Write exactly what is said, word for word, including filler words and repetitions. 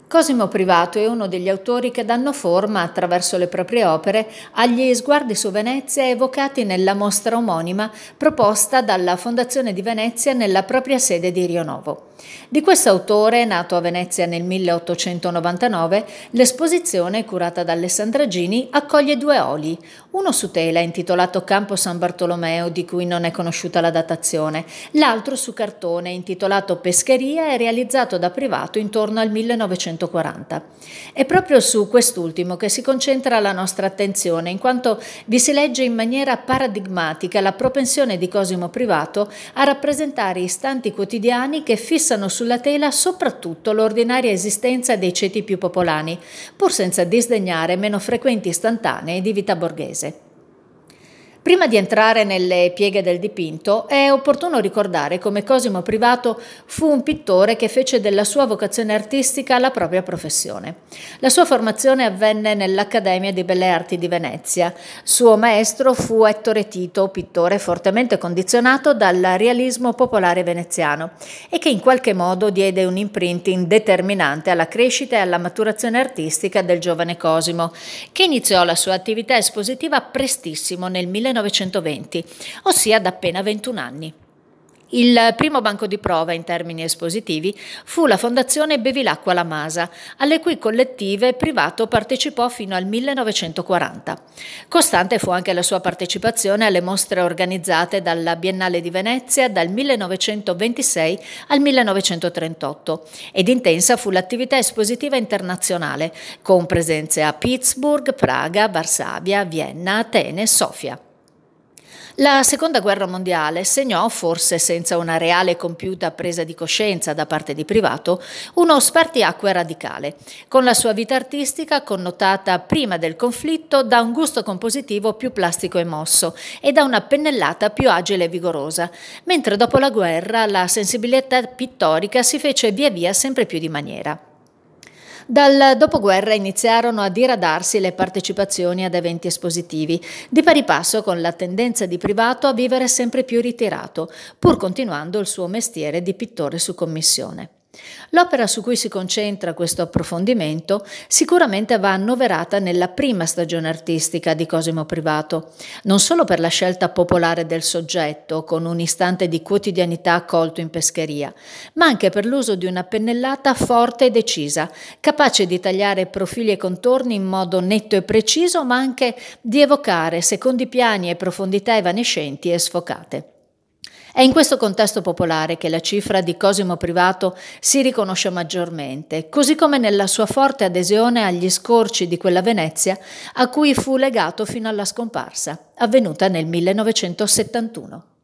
Cosimo Privato è uno degli autori che danno forma, attraverso le proprie opere, agli sguardi su Venezia evocati nella mostra omonima proposta dalla Fondazione di Venezia nella propria sede di Rio Novo. Di questo autore, nato a Venezia nel milleottocentonovantanove, l'esposizione, curata da Alessandra Gini, accoglie due oli, uno su tela intitolato Campo San Bartolomeo, di cui non è conosciuta la datazione, l'altro su cartone intitolato Pescheria e realizzato da Privato intorno al millenovecentoquaranta. È proprio su quest'ultimo che si concentra la nostra attenzione, in quanto vi si legge in maniera paradigmatica la propensione di Cosimo Privato a rappresentare istanti quotidiani che fissano sulla tela soprattutto l'ordinaria esistenza dei ceti più popolani, pur senza disdegnare meno frequenti istantanee di vita borghese. Prima di entrare nelle pieghe del dipinto, è opportuno ricordare come Cosimo Privato fu un pittore che fece della sua vocazione artistica la propria professione. La sua formazione avvenne nell'Accademia di Belle Arti di Venezia. Suo maestro fu Ettore Tito, pittore fortemente condizionato dal realismo popolare veneziano e che in qualche modo diede un imprinting determinante alla crescita e alla maturazione artistica del giovane Cosimo, che iniziò la sua attività espositiva prestissimo nel millenovecentoventi, ossia ad appena ventuno anni. Il primo banco di prova in termini espositivi fu la Fondazione Bevilacqua La Masa, alle cui collettive Privato partecipò fino al millenovecentoquaranta. Costante fu anche la sua partecipazione alle mostre organizzate dalla Biennale di Venezia dal millenovecentoventisei al millenovecentotrentotto ed intensa fu l'attività espositiva internazionale, con presenze a Pittsburgh, Praga, Varsavia, Vienna, Atene e Sofia. La Seconda Guerra Mondiale segnò, forse senza una reale e compiuta presa di coscienza da parte di Privato, uno spartiacque radicale, con la sua vita artistica connotata prima del conflitto da un gusto compositivo più plastico e mosso e da una pennellata più agile e vigorosa, mentre dopo la guerra la sensibilità pittorica si fece via via sempre più di maniera. Dal dopoguerra iniziarono a diradarsi le partecipazioni ad eventi espositivi, di pari passo con la tendenza di Privato a vivere sempre più ritirato, pur continuando il suo mestiere di pittore su commissione. L'opera su cui si concentra questo approfondimento sicuramente va annoverata nella prima stagione artistica di Cosimo Privato, non solo per la scelta popolare del soggetto, con un istante di quotidianità colto in pescheria, ma anche per l'uso di una pennellata forte e decisa, capace di tagliare profili e contorni in modo netto e preciso, ma anche di evocare secondi piani e profondità evanescenti e sfocate. È in questo contesto popolare che la cifra di Cosimo Privato si riconosce maggiormente, così come nella sua forte adesione agli scorci di quella Venezia a cui fu legato fino alla scomparsa, avvenuta nel millenovecentosettantuno.